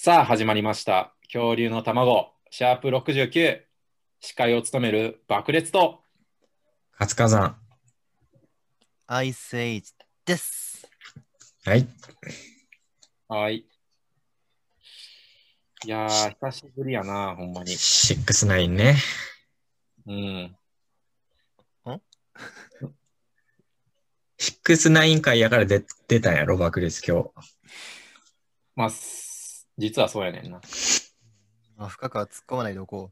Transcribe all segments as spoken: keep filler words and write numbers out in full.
さあ始まりました。恐竜の卵、シャープろくじゅうきゅう。司会を務める爆裂と、 活火山。 アイスエイジです。 はい。 はい。いやー、久しぶりやな、ほんまに。 シックスナインね。 うん。 シックスナイン回やから出出たんやろ、爆裂今日。 まあ、す実はそうやねんな。 まあ、深くは突っ込まないでおこ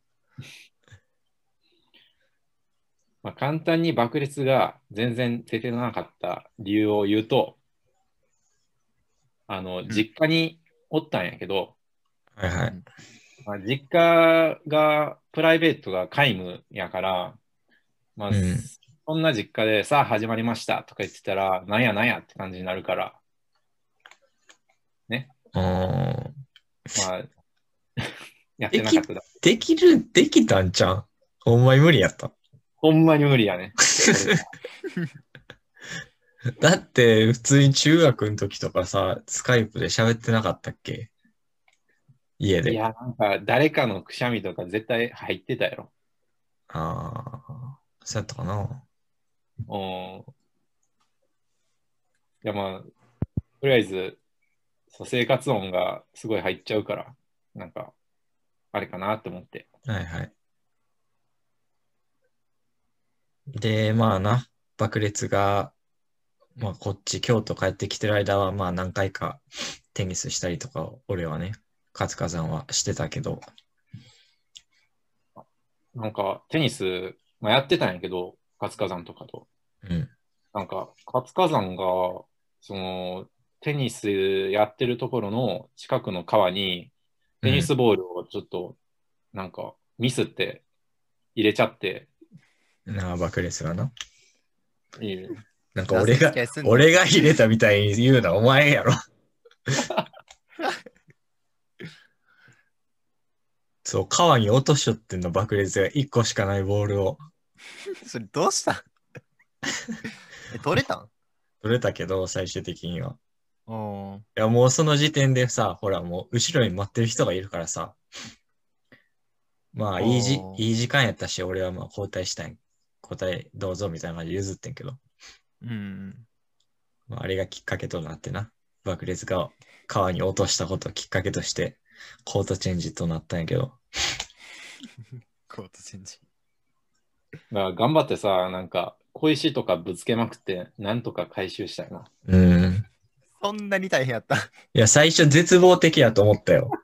まあ、簡単に爆裂が全然出てなかった理由を言うと、あの、実家におったんやけど、 はいはい。 まあ、実家がプライベートが皆無やから、まあ、 うん。 そんな実家でさあ始まりましたとか言ってたら、なんやなんやって感じになるから、ね。 あーまあ、やってでき、 なかっただ。 できる、できたんちゃう？ほんまに無理やった。 ほんまに無理やね。 だって普通に中学の時とかさ、スカイプで喋ってなかったっけ？家で。 いや、なんか誰かのくしゃみとか絶対入ってたやろ。 ああ、そうやったかな。 うん。いや、まあ、とりあえず、そう生活音がすごい入っちゃうから、なんか、あれかなって思って。 はいはい。で、まあな、爆裂が、まあこっち京都帰ってきてる間はまあ何回かテニスしたりとか、俺はね、活火山はしてたけど、 なんか、テニス、まあ、やってたんやけど、活火山とかと。 うん。 なんか、活火山が、その、テニスやってるところの近くの川に、テニうん。 スボールをちょっと、なんか、ミスって入れちゃって、 なあ、爆裂がな。 いいなんかう。 俺が、 汗付き合いすんな。 俺が入れたみたいに言うのはお前やろ。そう、川に落としちゃってんの、爆裂が一個しかないボールを。 それどうしたん？え、取れたん？ 取れたけど、最終的には。 おー。 いや、もうその時点でさ、ほら、もう後ろに待ってる人がいるからさ、まあ、いいじ、 おー。 いい時間やったし、俺はまあ交代したい。交代どうぞみたいな感じで譲ってんけど、 うん。 まあ、あれがきっかけとなってな、爆裂が川に落としたことをきっかけとして、コートチェンジとなったんやけど、 コートチェンジ。 だから頑張ってさ、なんか、小石とかぶつけまくって、なんとか回収したいな。 うん。 そんなに大変やった。 いや、最初絶望的やと思ったよ。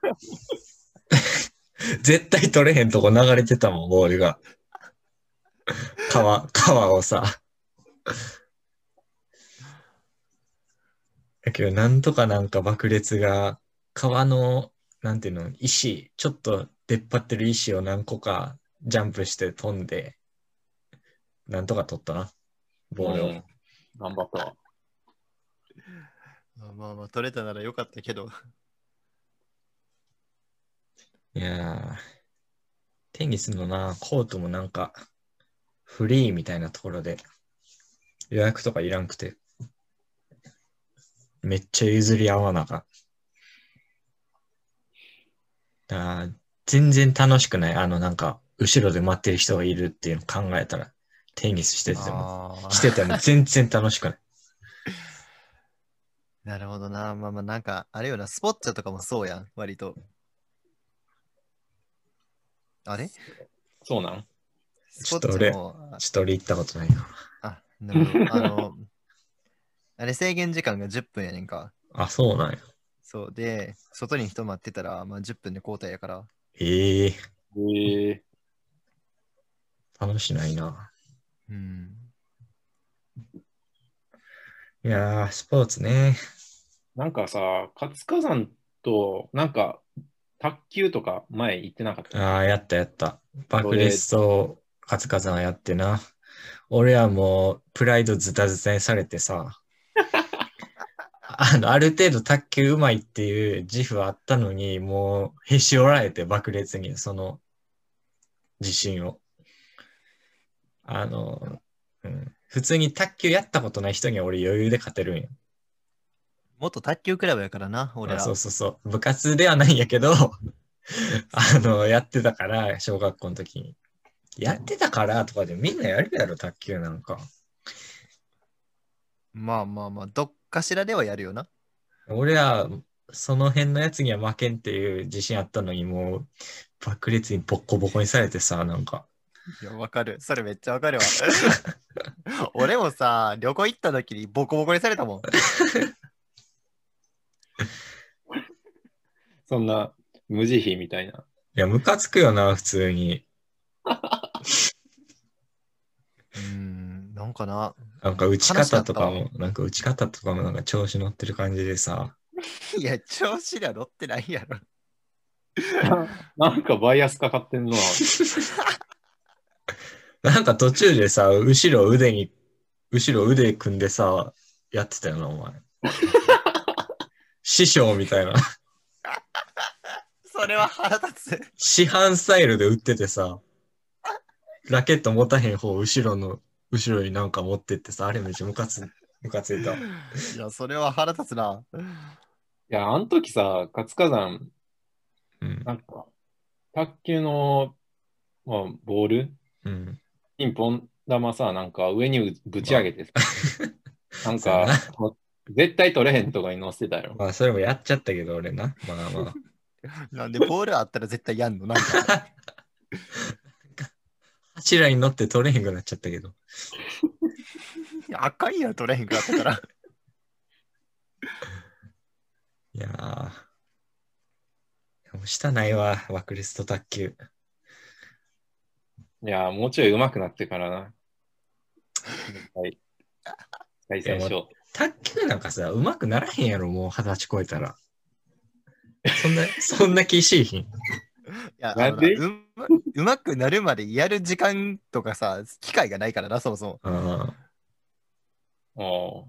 絶対取れへんとこ流れてたもん、ボールが。川、川をさ。だけど、なんとかなんか爆裂が、川の、なんていうの、石、ちょっと出っ張ってる石を何個かジャンプして飛んで、なんとか取ったな、ボールを。 うん。頑張ったわ。 まあまあまあ、取れたならよかったけど。 いやー、テニスのな、コートもなんか、フリーみたいなところで、予約とかいらんくて、めっちゃ譲り合わなあかん。だから全然楽しくない。あの、なんか、後ろで待ってる人がいるっていうのを考えたら、テニスしてても、 あしててもあ。 全然楽しくない。 なるほどな。まあまあ、なんか、あれよな、スポッチャとかもそうやん、割と。あれそうなん？ スポッちょっと俺、 チャも、あ、 ちょっと俺行ったことないな。 あなるほど。あの、あれ制限時間がじゅっぷんやねんか。 あ、そうなんや。 そうで、外に人待ってたら、まあ、じゅっぷんで交代やから。 ええへえ。 ー、楽しないな。 うん。 いやー、スポーツね。 なんかさ、活火山と、なんか、卓球とか前行ってなかったっああ、 け？ やったやった。爆それ、 裂と活火山やってな。俺はもう、プライドズタズタにされてさ、あの、ある程度卓球うまいっていう自負はあったのに、もう、へし折られて爆裂に、その自信を。あの、うん、普通に卓球やったことない人には俺余裕で勝てるんよ。 元卓球クラブやからな、俺ら。 あそうそうそう。部活ではないんやけど、あの、やってたから、小学校の時に。やってたからとかでみんなやるやろ、卓球なんか。 まあまあまあ、どっかしらではやるよな。 俺は、その辺のやつには負けんっていう自信あったのに、もう、爆裂にボッコボコにされてさ、なんか。 いや、わかる。それめっちゃわかるわ。俺もさ、旅行行った時にボコボコにされたもん。 そんな無慈悲みたいな。 いや、ムカつくよな、普通に。 うーん、なんかな。 なんか打ち方とか話にも、なんか打ち方とかもなんか調子乗ってる感じでさ。 いや、調子には乗ってないやろ。 なんかバイアスかかってんのは。 なんか途中でさ、後ろ腕に、後ろ腕組んでさ、やってたよな、お前。師匠みたいな。 それは腹立つ。 市販スタイルで打っててさ、ラケット持たへん方、後ろの、後ろになんか持ってってさ、あれめっちゃムカつ、ムカついた。 いや、それは腹立つな。 いや、あの時さ、活火山、 うん。 なんか、卓球の、まあ、ボール、 うん。 ピンポン玉さ、なんか上にぶち上げてさ、なんそうやか、もう絶対取れへんとかに乗せてたよ。 まあ、それもやっちゃったけど、俺な。まあまあ。 なんでボールあったら絶対やんのなんか。 柱に乗って取れへんくなっちゃったけど。 いや赤いやん取れへんくなったから。 いやー。もう下ないわ、ワクレスト卓球。 いや、もうちょい上手くなってからな。はい。対戦しよ卓球なんかさ、上手くならへんやろ、もう二十歳超えたら。そんな、そんな気しいひん。 いや、 なんであのなうまうまくなるまでやる時間とかさ、機会がないからな、そもそも。 あう。お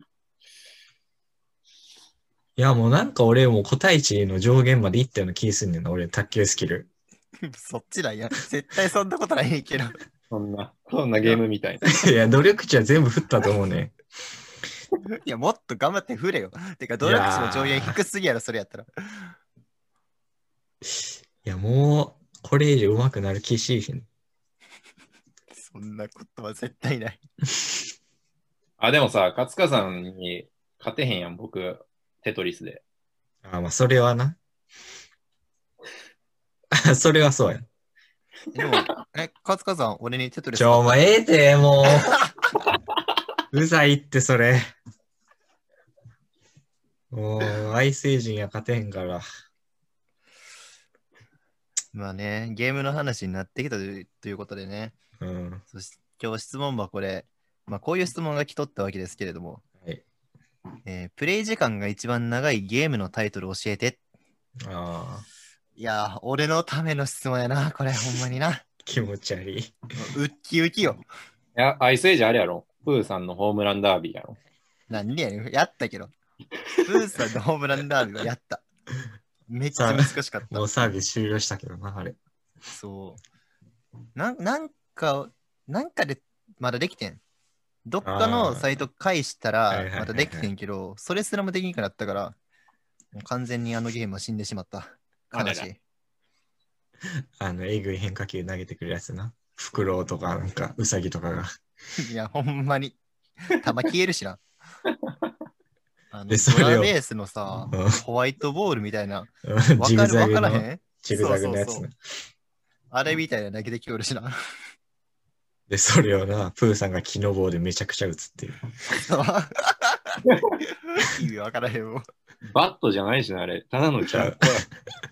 いや、もうなんか俺も個体値の上限までいったような気すんねんな、俺、卓球スキル。 そっちなんや。絶対そんなことないねんけど。 そんな、そんなゲームみたいな。 いや、努力値は全部振ったと思うね。 いや、もっと頑張って振れよ。てか、努力値の上限低すぎやろ、それやったら。 いや、もう、これ以上上手くなる気しいひん。 そんなことは絶対ない。 あ、でもさ、勝川さんに勝てへんやん、僕、テトリスで。 あ、まあ、それはな。それはそうや。 でも、え、勝川さん、俺にテトリスちょ、もうええて、もう。うざいって、それ。もう、愛星人や勝てへんから。 まあね、ゲームの話になってきたというということでね。 うん。 そして今日質問箱で、まあ、こういう質問が来とったわけですけれども、 はい。 えープレイ時間が一番長いゲームのタイトル教えて。 ああ、 いやー、俺のための質問やな、これ、ほんまにな。 気持ち悪い。 ウッキウキよ。 いや、アイスエイジあれやろ。プーさんのホームランダービーやろ。 なんでやねん、やったけど。プーさんのホームランダービーはやった。めっちゃ難しかったも。うサービス終了したけどな、あれ。 そう。なんなんか、なんかでまだできてん。どっかのサイト返したらはいはいはいはいまだできてんけど、それすらもできんくなったから、もう完全にあのゲームは死んでしまった。悲しあらい。 あの、えぐい変化球投げてくるやつな。フクロウとか、なんか、ウサギとかが。 いや、ほんまに。弾消えるしな。あのでそれをドラベースのさうん、 ホワイトボールみたいな。 うんジわかるわグザグの、 からへんジグザグのやつなそうそうそう。あれみたいな投げてきおるしな。 で、それをな、プーさんが木の棒でめちゃくちゃ打つっていう。 意味わからへんもん。 バットじゃないしな、あれ。ただのキャラクターや。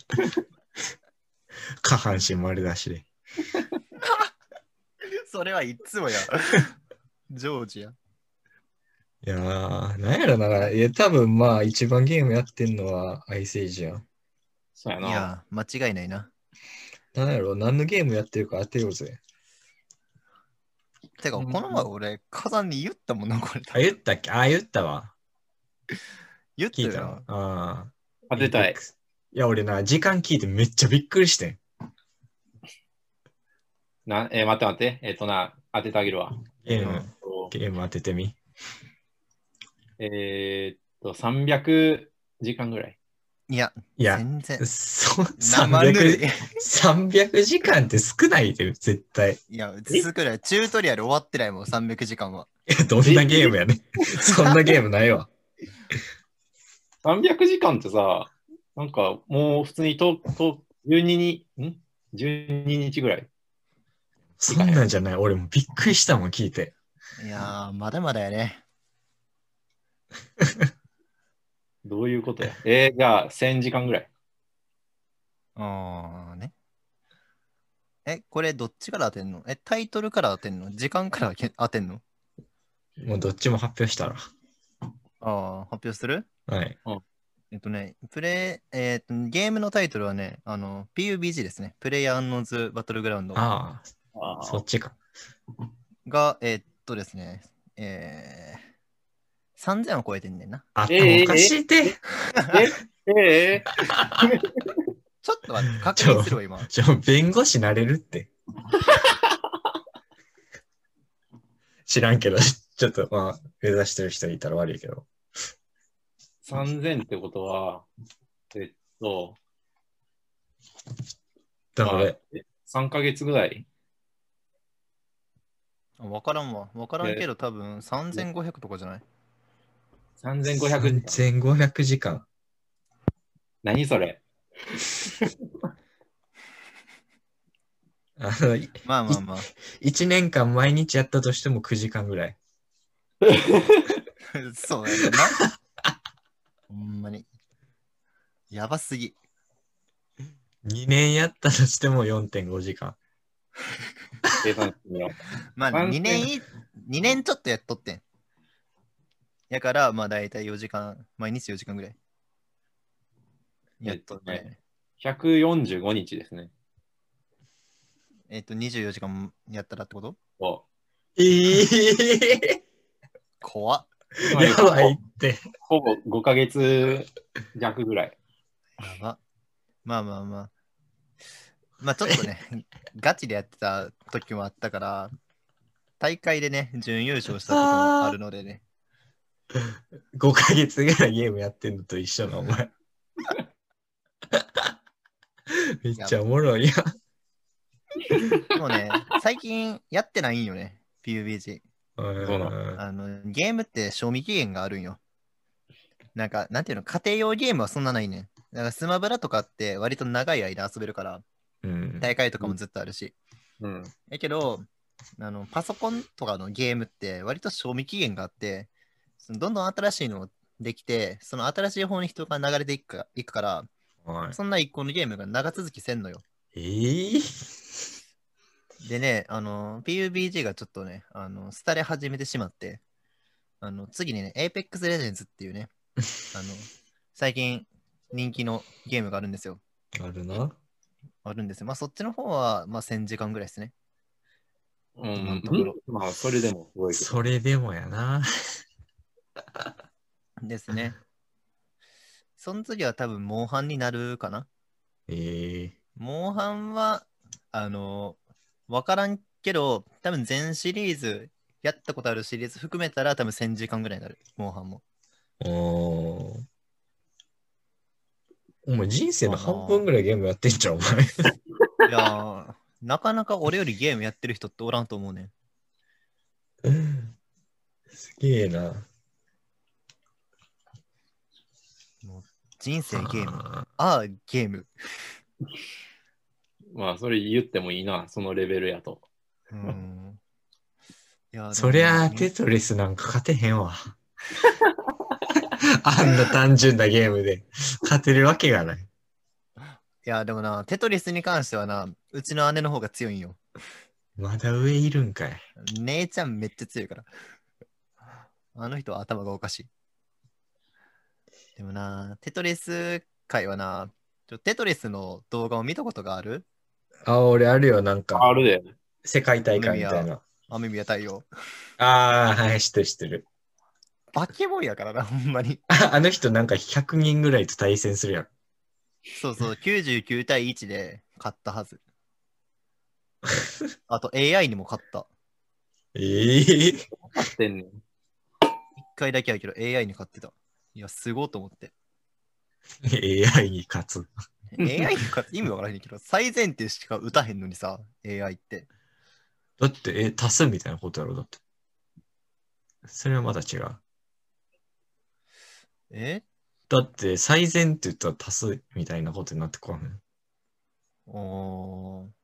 下半身丸出しで。 それはいつもや。ジョージや。 いやー、なんやろな。いや、多分まあ、一番ゲームやってんのはアイセージやん。 そうやな。 いや、間違いないな。 なんやろ、何のゲームやってるか当てようぜ。 てか、この前俺、火山に言ったもんな、これ。 あ、言ったっけあ、言ったわ。 言ったよな聞いたわ。ああ。 当てたい。 いや、俺な、時間聞いてめっちゃびっくりしてん。 な、えー待って待って。えっ、とな、当ててあげるわ。 ゲーム、 えーっとゲーム当ててみ。 えーっとさんびゃくじかんぐらい。 いや、 いや、 全然。 そ生ぬるい。 さんびゃく、さんびゃくじかんって少ないで、絶対。 いや、続くらい。チュートリアル終わってないもん、さんびゃくじかんは。 いや、どんなゲームやねん。そんなゲームないわ。 さんびゃくじかんってさ、なんかもう普通にととじゅうににち、ん ?じゅうににちぐらい。 そんなんじゃない。俺もびっくりしたもん、聞いて。 いやー、まだまだやね。 どういうことや。えー、じゃあせんじかんぐらい。 あーね。え、これどっちから当てんの？え、タイトルから当てんの？時間からけ当てんの？ もうどっちも発表したら。 ああ、発表する？ はい。 えっとね、プレイ、えーっと、ゲームのタイトルはね、あの、ピーユービージー ですね。プレイヤーアンノーズバトルグラウンドああ、 あーそっちか。 が、えーっとですね、えー、さんぜんを超えてんねんな。 頭おかしいって。 ええちょっと待って、確認するわ、今。 ちょ、弁護士なれるって。知らんけど、ちょっとまあ、目指してる人いたら悪いけど。 さんぜんってことは、えっと、 だから、 まあさんかげつぐらい。 わからんわ。わからんけど、多分さんぜんごひゃくとかじゃない？ さんぜんごひゃくじかん。 さんぜんごひゃくじかん。 何それ。 あの、いまあまあまあ。 一年間毎日やったとしてもくじかんぐらい。 そうやねんな。ほんまに。やばすぎ。 にねんやったとしてもよんてんごじかん。 計算してみよう。 まあさんぜんにねんい、にねんちょっとやっとってん。やから、まあ大体よじかん、毎日よじかんぐらい。やっとって、 えっとねひゃくよんじゅうごにちですね。 えっと、にじゅうよじかんやったらってこと？ そええ怖っ。 うつまりやばいって。 ほぼごかげつ弱ぐらい。 やば。まあまあまあ。まあちょっとね、ガチでやってた時もあったから、大会でね、準優勝したこともあるのでね。 ごかげつぐらいゲームやってんのと一緒な、お前。めっちゃおもろいやん。 もうね、最近やってないんよね、ピーユービージー。 そうなあの、ゲームって賞味期限があるんよ。なんか、なんていうの、家庭用ゲームはそんなないねん。だからスマブラとかって割と長い間遊べるから、 うん。 大会とかもずっとあるし。 うん。 やけど、あの、パソコンとかのゲームって割と賞味期限があって、そのどんどん新しいのできて、その新しい方に人が流れていくかいくから、 はい、 そんな一個のゲームが長続きせんのよ。 えー、 でね、あの、ピーユービージー がちょっとね、あの、廃れ始めてしまって、あの、次にね、Apex Legends っていうね、あの、最近人気のゲームがあるんですよ。 あるな。 あるんですよ。まあ、そっちの方は、まあ、せんじかんぐらいですね。 うん今のところまあ、それでもすごいけど。 それでもやな。 ですね。その次は多分、モンハンになるかな。 えー、 モンハンは、あの、わからんけど、多分全シリーズ、やったことあるシリーズ含めたら多分せんじかんぐらいになる。モンハンも。 おー。お前人生の半分ぐらいゲームやってんじゃん、お前。 いやー、なかなか俺よりゲームやってる人っておらんと思うねん。 すげえな。 もう人生ゲーム。 あああ、ゲーム。 まあ、それ言ってもいいな、そのレベルやと。 うん。いやーそりゃあ、 でもテトリスなんか勝てへんわ。あんな単純なゲームで勝てるわけがない。 いや、でもな、テトリスに関してはな、うちの姉の方が強いんよ。 まだ上いるんかい。 姉ちゃんめっちゃ強いから。あの人は頭がおかしい。でもな、テトリス界はな、ちょテトリスの動画を見たことがある？ あ、俺あるよ、なんか、 あるで。 世界大会みたいな。 雨宮太陽。 ああ、はい、知ってる知ってる。 バケモンやからな、ほんまに。 ああの人なんかひゃくにんぐらいと対戦するやん。 そうそう、きゅうじゅうきゅうたいいちで勝ったはず。あと エーアイ にも勝った。 ええー、 勝ってんねん。 一回だけやけど エーアイ に勝ってた。 いや、すごいと思って。 エーアイ に勝つ。 エーアイ か意味わからへんけど、最前提しか打たへんのにさ、エーアイ って。 だって、え、足すみたいなことやろ、だって。それはまだ違う。 えだって、最善って言ったら足すみたいなことになってこん。 おー。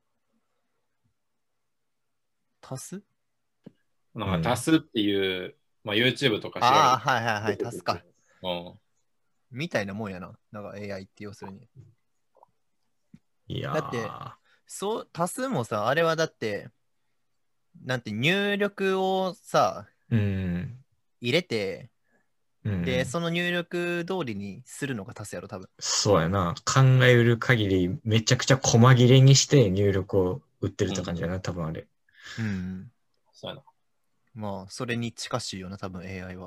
足すなんか足すっていう、まあ、YouTube とか調べてああ、はいはいはい、足すか。 うん。 みたいなもんやな。なんか エーアイ って要するに。 いやー。 だってそう、足すもさ、あれはだって、なんて入力をさ、 うん。 入れて、 うん、 で、その入力通りにするのが足すやろ、多分。 そうやな。考えうる限り、めちゃくちゃ細切れにして入力を打ってるって感じやな、多分あれ。 うん。 そうやな。 まあ、それに近しいよな、多分 エーアイ は。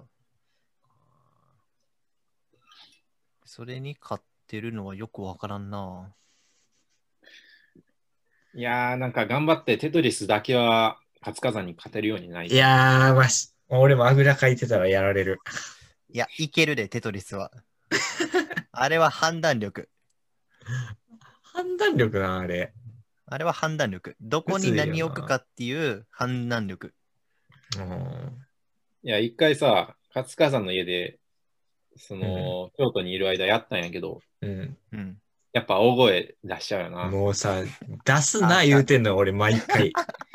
それに勝ってるのはよくわからんな。 いやー、なんか頑張ってテトリスだけは活火山に勝てるようにない。 いやー、まし、俺もあぐらかいてたらやられる。 いや、いけるで、テトリスは。あれは判断力。 判断力な、あれ。 あれは判断力。どこに何を置くかっていう判断力。 うんいや、一回さ、活火山の家で、その、京都にいる間やったんやけど、 うん。 うん。 やっぱ大声出しちゃうよな。 もうさ、出すな言うてんのよ、俺毎回。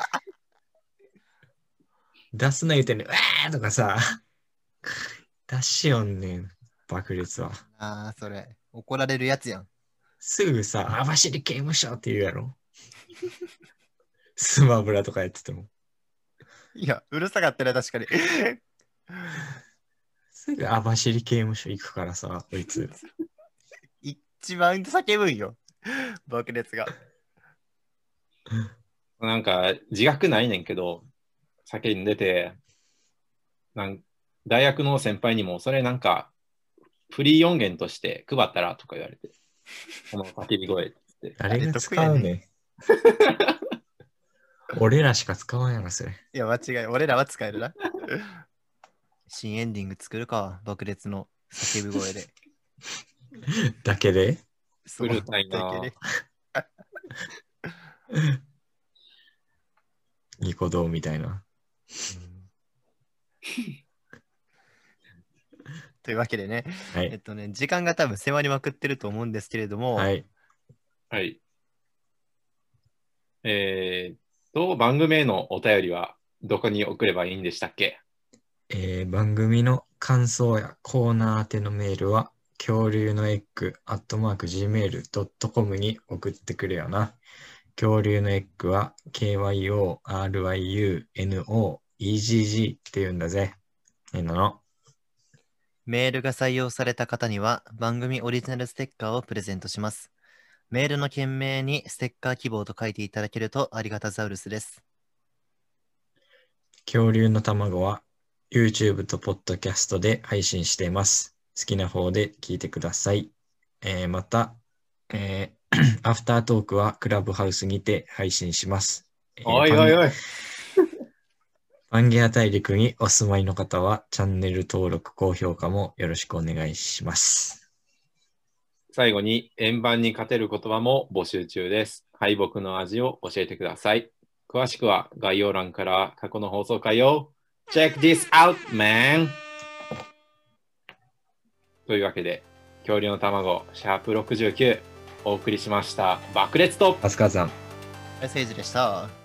出すな言うてんのよ、うわーとかさ、出しよんねん、爆裂は。 ああ、それ。怒られるやつやん。 すぐさ、網走刑務所って言うやろ。スマブラとかやってても。 いや、うるさかったね、確かに。 すぐ網走刑務所行くからさ、こいつ。 一番叫ぶんよ。爆裂が。 なんか、自覚ないねんけど、酒に出て、なん大学の先輩にも、それなんか、フリー音源として配ったらとか言われて、この叫び声って。 誰が使うねん。俺らしか使わんやろ、それ。 いや、間違い。俺らは使えるな。新エンディング作るか、爆裂の叫び声で。 だけでうるさいな。 だけでニコ動みたいな。 というわけでね、 はい。 えっとね、時間が多分迫りまくってると思うんですけれども、 はい。 はい。えーっと、番組へのお便りはどこに送ればいいんでしたっけ？ えー番組の感想やコーナー宛てのメールは、恐竜のエッグアットマーク ジーメールドットコム に送ってくれよな。恐竜のエッグは ケーワイオーアールアイユーエヌオーイージージー って言うんだぜ。変なの。 メールが採用された方には番組オリジナルステッカーをプレゼントします。メールの件名にステッカー希望と書いていただけるとありがたザウルスです。 恐竜の卵は YouTube と Podcast で配信しています。好きな方で聞いてください。えーまた、えーアフタートークはクラブハウスにて配信します。えーおいおいおい。 パンゲア大陸にお住まいの方はチャンネル登録、高評価もよろしくお願いします。 最後に円盤に勝てる言葉も募集中です。敗北の味を教えてください。詳しくは概要欄から過去の放送回を Check this out, man! というわけで、恐竜の卵、シャープろくじゅうきゅうお送りしました。爆裂とアスカーさん。 メッセージでした。